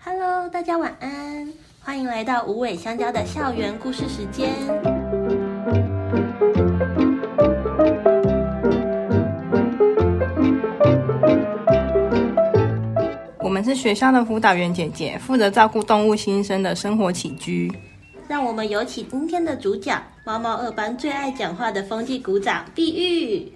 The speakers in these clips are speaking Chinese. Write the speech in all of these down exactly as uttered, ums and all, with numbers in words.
Hello， 大家晚安，欢迎来到无尾香蕉的校园故事时间。 我们是学校的辅导员姐姐，负责照顾动物新生的生活起居。 让我们有请今天的主角，猫猫二班最爱讲话的风纪股长碧玉。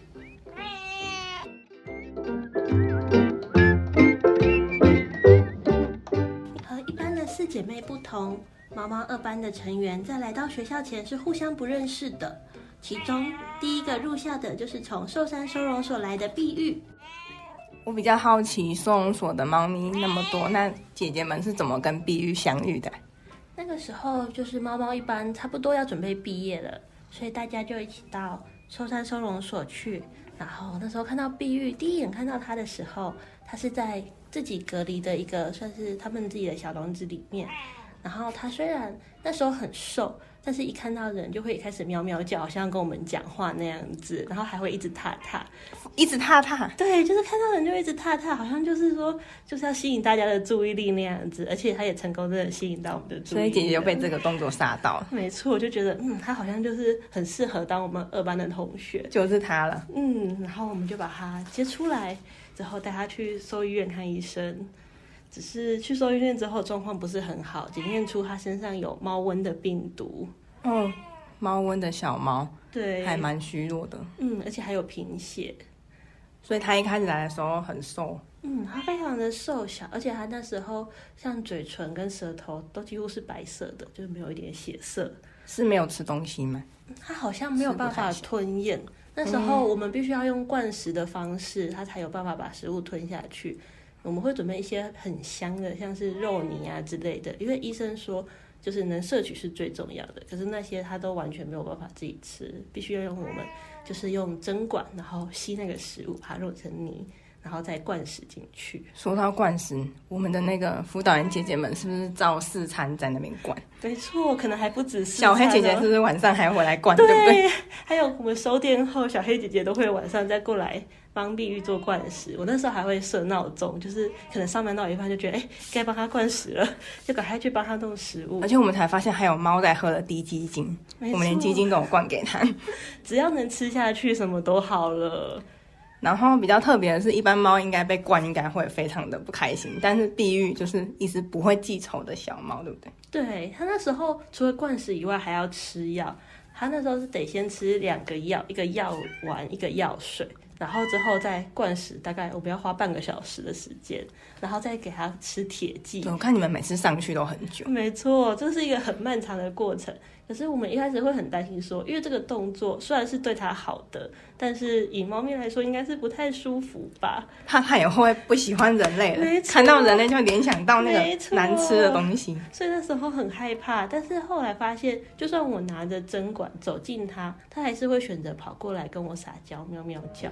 和一般的四姐妹不同，猫猫二班的成员在来到学校前是互相不认识的。其中第一个入校的就是从寿山收容所来的碧玉。 我比较好奇收容所的猫咪那么多，那姐姐们是怎么跟碧玉相遇的？ 那个时候就是猫猫一班差不多要准备毕业了，所以大家就一起到寿山收容所去。然后那时候看到碧玉，第一眼看到她的时候，她是在自己隔离的一个算是他们自己的小笼子里面。然后她虽然那时候很瘦，但是一看到人就会开始喵喵叫，好像跟我们讲话那样子，然后还会一直踏踏一直踏踏。 对，就是看到人就一直踏踏，好像就是说就是要吸引大家的注意力那样子，而且他也成功真的吸引到我们的注意力， 所以姐姐就被这个动作杀到了。 没错，我就觉得嗯，他好像就是很适合当我们二班的同学， 就是他了。 嗯，然后我们就把他接出来之后带他去兽医院看医生。只是去兽医院之后状况不是很好，检验出他身上有猫瘟的病毒。 嗯，猫瘟的小猫， 对， 还蛮虚弱的。 嗯，而且还有贫血， 所以他一开始来的时候很瘦。 嗯，他非常的瘦小，而且他那时候像嘴唇跟舌头都几乎是白色的，就是没有一点血色。 是没有吃东西吗？ 他好像没有办法吞咽，那时候我们必须要用灌食的方式，他才有办法把食物吞下去。我们会准备一些很香的，像是肉泥啊之类的，因为医生说就是能摄取是最重要的，可是那些他都完全没有办法自己吃，必须要用我们就是用针管，然后吸那个食物，把它揉成泥，然后再灌食进去。 说到灌食，我们的那个辅导员姐姐们是不是照四餐在那边灌？ 没错，可能还不止四餐、哦、 小黑姐姐是不是晚上还回来灌？ 对， 对不对？ 还有我们收店后，小黑姐姐都会晚上再过来帮碧玉做灌食。我那时候还会设闹钟，就是可能上班到一半就觉得哎，该帮她灌食了，就赶快去帮她弄食物。 而且我们才发现还有猫在喝了滴鸡精，我们连鸡精都有灌给它。 只要能吃下去，什么都好了。 然后比较特别的是，一般猫应该被灌应该会非常的不开心，但是碧玉就是一直不会记仇的小猫，对不对？ 对，它那时候除了灌食以外还要吃药，它那时候是得先吃两个药，一个药丸，一个药水，然后之后再灌食，大概我们要花半个小时的时间，然后再给它吃铁剂。 我看你们每次上去都很久。 没错，这是一个很漫长的过程。可是我们一开始会很担心说，因为这个动作虽然是对它好的，但是以猫咪来说应该是不太舒服吧。 怕它也会不喜欢人类了，看到人类就联想到那个难吃的东西， 所以那时候很害怕。但是后来发现，就算我拿着针管走近它，它还是会选择跑过来跟我撒娇，喵喵叫。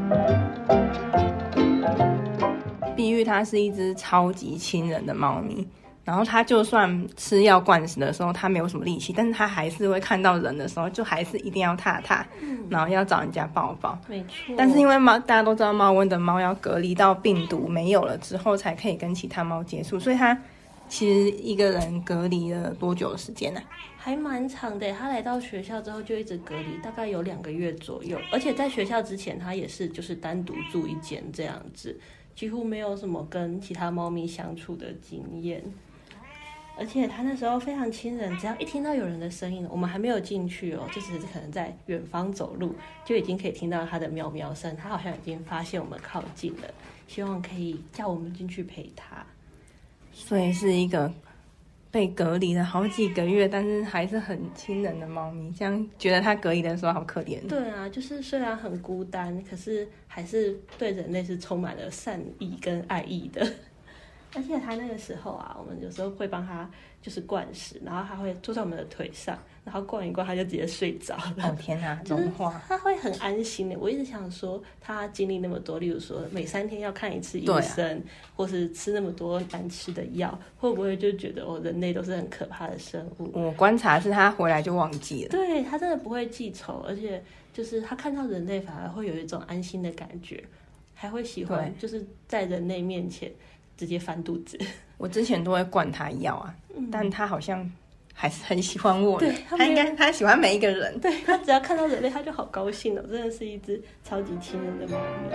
碧玉它是一只超级亲人的猫咪，然后它就算吃药灌食的时候它没有什么力气，但是它还是会看到人的时候就还是一定要踏踏、嗯、然后要找人家抱抱。 没错， 但是因为猫大家都知道猫瘟的猫要隔离到病毒没有了之后才可以跟其他猫接触，所以它其实一个人隔离了多久的时间呢、啊？ 还蛮长的，他来到学校之后就一直隔离，大概有两个月左右。而且在学校之前，他也是就是单独住一间这样子，几乎没有什么跟其他猫咪相处的经验。而且他那时候非常亲人，只要一听到有人的声音，我们还没有进去哦，就只是可能在远方走路，就已经可以听到他的喵喵声。他好像已经发现我们靠近了，希望可以叫我们进去陪他。 所以是一个被隔离了好几个月，但是还是很亲人的猫咪，这样觉得它隔离的时候好可怜。 对啊，就是虽然很孤单，可是还是对人类是充满了善意跟爱意的。而且他那个时候啊，我们有时候会帮他就是灌食，然后他会坐在我们的腿上，然后灌一灌他就直接睡着了。 哦天啊，融化！ 他会很安心的。我一直想说，他经历那么多，例如说每三天要看一次医生，啊、或是吃那么多难吃的药，会不会就觉得哦，人类都是很可怕的生物？ 我观察是他回来就忘记了。 对，他真的不会记仇，而且就是他看到人类反而会有一种安心的感觉，还会喜欢就是在人类面前直接翻肚子。 我之前都会灌它药啊、嗯、但它好像还是很喜欢我的。 对， 他应该他喜欢每一个人。 对，他只要看到人类他就好高兴哦，真的是一只超级亲人的猫咪。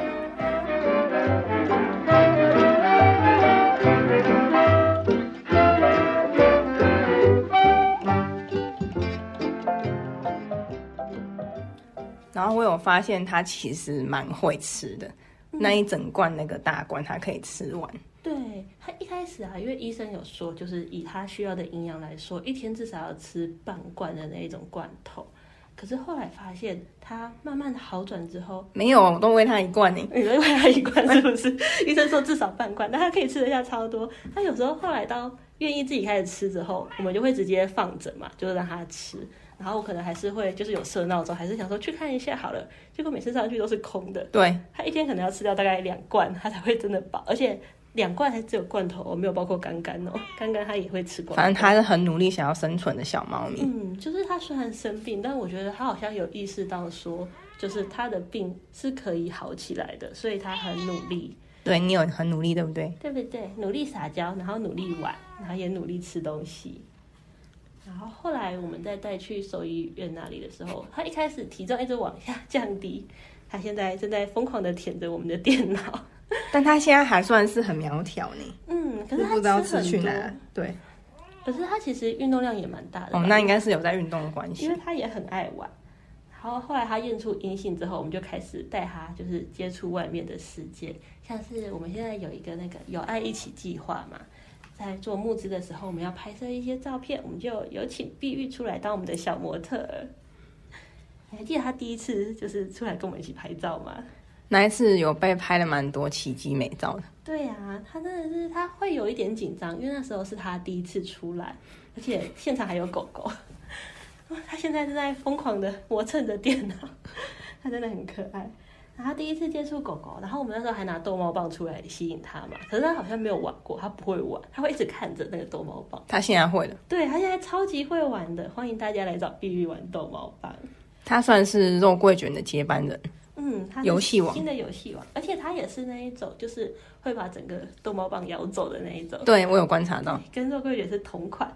然后我有发现它其实蛮会吃的、嗯、那一整罐那个大罐它可以吃完。 对，他一开始啊，因为医生有说就是以他需要的营养来说，一天至少要吃半罐的那一种罐头。可是后来发现他慢慢好转之后， 没有，我都喂他一罐呢。 你喂他一罐是不是？医生说至少半罐，但他可以吃得下超多。他有时候后来到愿意自己开始吃之后，我们就会直接放着嘛，就是让他吃。然后我可能还是会就是有设闹钟，还是想说去看一下好了，结果每次上去都是空的。 对， 他一天可能要吃掉大概两罐，他才会真的饱，而且两罐还只有罐头，我没有包括干干哦，干干他也会吃光。 反正他是很努力想要生存的小猫咪。 嗯，就是他虽然生病，但我觉得他好像有意识到说，就是他的病是可以好起来的，所以他很努力。 对，你有很努力对不对？ 对不对？努力撒娇，然后努力玩，然后也努力吃东西。然后后来我们再带去兽医院那里的时候，他一开始体重一直往下降低，他现在正在疯狂的舔着我们的电脑。 但他现在还算是很苗条呢。 嗯，可是他不知道吃去哪。对， 可是他其实运动量也蛮大的。 哦，那应该是有在运动的关系。 因为他也很爱玩。然后后来他验出阴性之后，我们就开始带他就是接触外面的世界，像是我们现在有一个那个有爱一起计划嘛，在做募资的时候，我们要拍摄一些照片，我们就有请碧玉出来当我们的小模特儿。你还记得他第一次就是出来跟我们一起拍照吗？ 那一次有被拍了蛮多奇迹美照的。 对啊，他真的是他会有一点紧张，因为那时候是他第一次出来，而且现场还有狗狗。他现在正在疯狂的磨蹭着电脑，他真的很可爱。然后他第一次接触狗狗，然后我们那时候还拿逗猫棒出来吸引他嘛，可是他好像没有玩过，他不会玩，他会一直看着那个逗猫棒。 他现在会了。 对，他现在超级会玩的，欢迎大家来找碧玉玩逗猫棒。 他算是肉桂卷的接班人。 嗯，他游戏王， 新的游戏王，而且他也是那一种，就是会把整个逗猫棒咬走的那一种。 对，我有观察到， 跟肉桂卷是同款。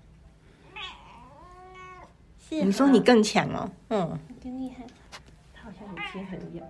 你说你更强哦，嗯， 更厉害，他好像很心很痒。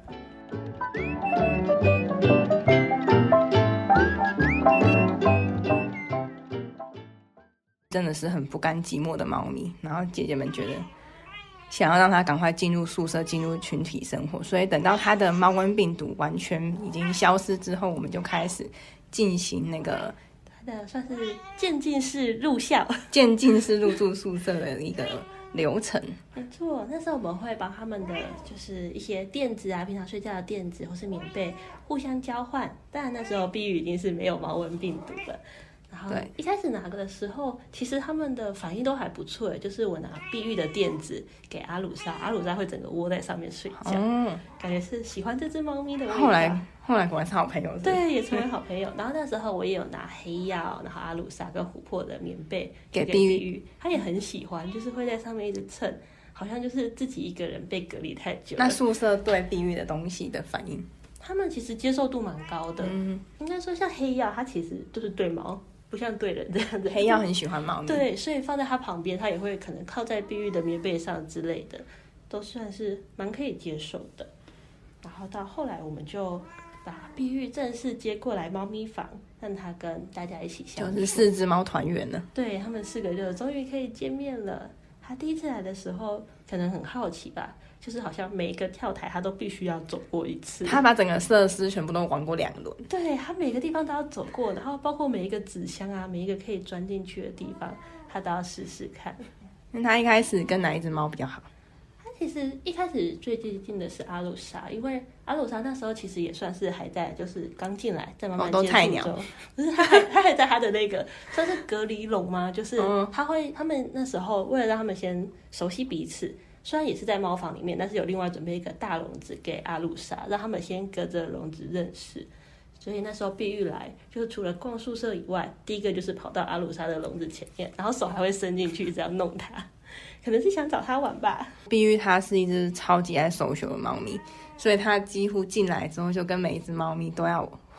真的是很不甘寂寞的猫咪，然后姐姐们觉得想要让它赶快进入宿舍，进入群体生活，所以等到它的猫瘟病毒完全已经消失之后，我们就开始进行那个它的算是渐进式入校、 渐进式入住宿舍的一个流程。 没错，那时候我们会帮他们的就是一些垫子啊，平常睡觉的垫子或是棉被互相交换。当然那时候碧玉已经是没有猫瘟病毒了。然后一开始拿的时候，其实他们的反应都还不错，就是我拿碧玉的垫子给阿鲁莎，阿鲁莎会整个窝在上面睡觉，哦、感觉是喜欢这只猫咪的味道。 后来后来果然是好朋友是不是？ 对，也成为好朋友。然后那时候我也有拿黑曜，然后阿鲁莎跟琥珀的棉被给碧玉，他也很喜欢，就是会在上面一直蹭，好像就是自己一个人被隔离太久了。 那宿舍对碧玉的东西的反应？ 他们其实接受度蛮高的，嗯，应该说像黑曜，它其实就是对猫。不像对人这样子， 黑曜很喜欢猫咪， 对，所以放在它旁边，它也会可能靠在碧玉的棉被上之类的，都算是蛮可以接受的。然后到后来，我们就把碧玉正式接过来猫咪房，让它跟大家一起相处， 就是四只猫团圆了。 对，他们四个就终于可以见面了。他第一次来的时候，可能很好奇吧。就是好像每一个跳台他都必须要走过一次， 他把整个设施全部都玩过两轮。 对，他每个地方都要走过，然后包括每一个纸箱啊，每一个可以钻进去的地方，他都要试试看。 那他一开始跟哪一只猫比较好？ 他其实一开始最接近的是阿鲁莎，因为阿鲁莎那时候其实也算是还在，就是刚进来，在慢慢接触中。哦，都菜鸟。可是他还他还在他的那个算是隔离笼吗？就是他会，他们那时候为了让他们先熟悉彼此。虽然也是在猫房里面，但是有另外准备一个大笼子给阿鲁莎，让他们先隔着笼子认识。所以那时候碧玉来，就是除了逛宿舍以外，第一个就是跑到阿鲁莎的笼子前面，然后手还会伸进去这样弄它，可能是想找它玩吧。 碧玉它是一只超级爱social的猫咪，所以它几乎进来之后就跟每一只猫咪都要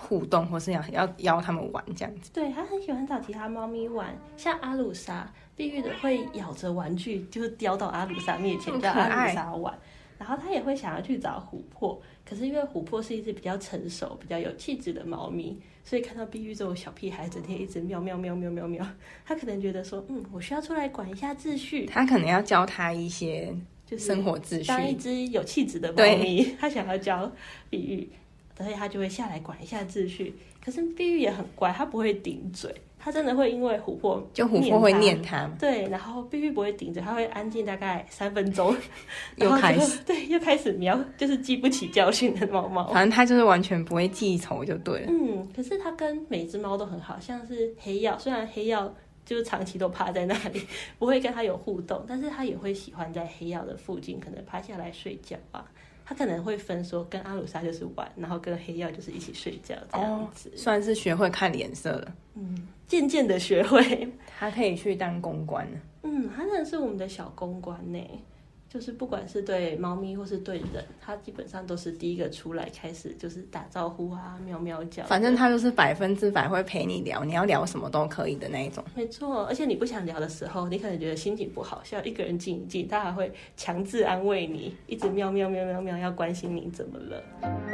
互动，或是要要邀他们玩这样子。 对，他很喜欢找其他猫咪玩，像阿鲁莎，碧玉的会咬着玩具，就是叼到阿鲁莎面前，叫阿鲁莎玩。然后他也会想要去找琥珀，可是因为琥珀是一只比较成熟、比较有气质的猫咪，所以看到碧玉这种小屁孩整天一直喵喵喵喵喵喵，他可能觉得说，嗯，我需要出来管一下秩序。 他可能要教他一些生活秩序， 当一只有气质的猫咪，他想要教碧玉，所以他就会下来管一下秩序。可是碧玉也很乖，他不会顶嘴。他真的会因为琥珀， 就琥珀会念他， 对，然后碧玉不会顶着，他会安静大概三分钟， 又开始， 对，又开始喵，就是记不起教训的猫猫。 反正他就是完全不会记仇就对了。 嗯，可是他跟每只猫都很好，像是黑曜，虽然黑曜就是长期都趴在那里，不会跟他有互动，但是他也会喜欢在黑曜的附近，可能趴下来睡觉啊。他可能会分说，跟阿鲁莎就是玩，然后跟黑曜就是一起睡觉这样子，哦、 算是学会看脸色了。 嗯，渐渐的学会。 他可以去当公关了。 嗯，他真的是我们的小公关呢。就是不管是对猫咪或是对人，他基本上都是第一个出来开始就是打招呼啊，喵喵叫。 反正他就是百分之百会陪你聊，你要聊什么都可以的那一种。 没错，而且你不想聊的时候，你可能觉得心情不好，需要一个人静一静，他还会强制安慰你，一直喵喵喵喵喵，要关心你怎么了。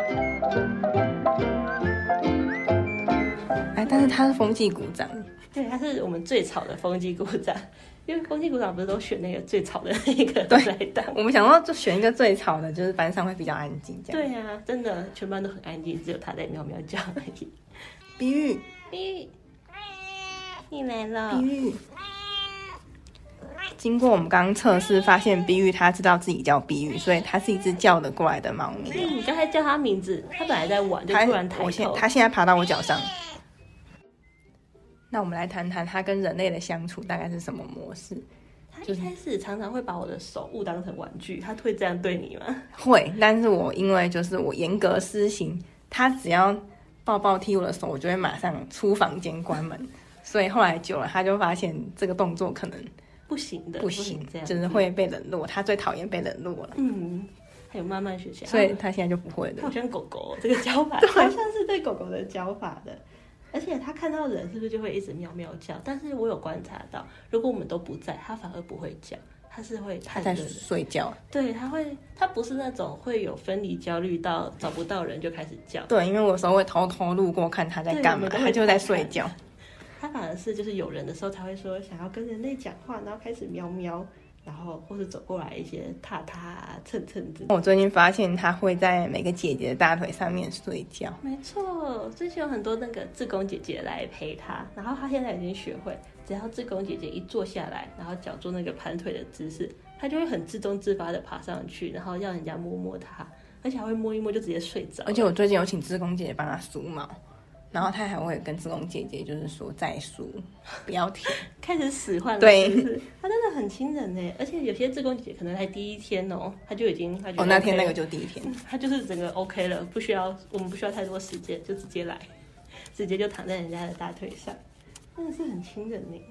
哎，但是他是风纪股长。 对，他是我们最吵的风纪股长。因为风纪股长不是都选那个最吵的那个来当？ 我们想说就选一个最吵的，就是班上会比较安静这样。 对啊，真的全班都很安静，只有他在喵喵叫而已。 碧玉， 碧玉，你来了。 碧玉，经过我们刚刚测试，发现碧玉它知道自己叫碧玉，所以它是一只叫得过来的猫咪。 嗯，刚才叫它名字，它本来在玩，就突然抬头。 我现它现在爬到我脚上。那我们来谈谈它跟人类的相处大概是什么模式？ 它一开始常常会把我的手误当成玩具，它会这样对你吗？ 会，但是我因为就是我严格施行，它只要抱抱踢我的手，我就会马上出房间关门。所以后来久了，他就发现这个动作可能不行的， 不行， 这样就是会被冷落。他最讨厌被冷落了。 嗯，还有慢慢学起来， 所以他现在就不会了。 好像狗狗这个教法，好像是对狗狗的教法的。而且他看到人是不是就会一直喵喵叫？但是我有观察到，如果我们都不在，他反而不会叫，他是会他在睡觉。 对，他会，他不是那种会有分离焦虑到找不到人就开始叫。 对，因为我有时候会偷偷路过看他在干嘛，他就在睡觉。 他反而是就是有人的时候才会说想要跟人类讲话，然后开始喵喵。然后或是走过来一些踏踏啊蹭蹭之类的。 我最近发现他会在每个姐姐的大腿上面睡觉。 没错，最近有很多那个志工姐姐来陪他，然后他现在已经学会，只要志工姐姐一坐下来，然后脚做那个盘腿的姿势，他就会很自动自发的爬上去，然后要人家摸摸他，而且还会摸一摸就直接睡着。 而且我最近有请志工姐姐帮他梳毛。然后他还会跟志工姐姐就是说再梳，不要舔， 开始使唤了。 对， 他真的很亲人呢。而且有些志工姐姐可能才第一天哦，他就已经他就、OK、 哦那天那个就第一天， 他就是整个 OK 了，不需要我们不需要太多时间，就直接来，直接就躺在人家的大腿上，真的是很亲人呢。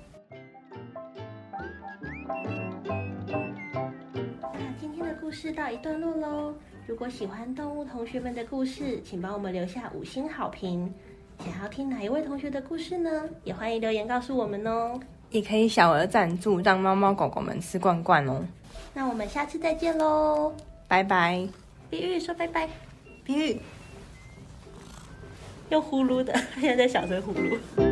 那今天的故事到一段落喽。如果喜欢动物同学们的故事，请帮我们留下五星好评。想要听哪一位同学的故事呢？也欢迎留言告诉我们哦。 也可以小额赞助，让猫猫狗狗们吃罐罐哦。 那我们下次再见喽， 拜拜。 碧玉说拜拜。 碧玉用呼噜的，现在在小声呼噜。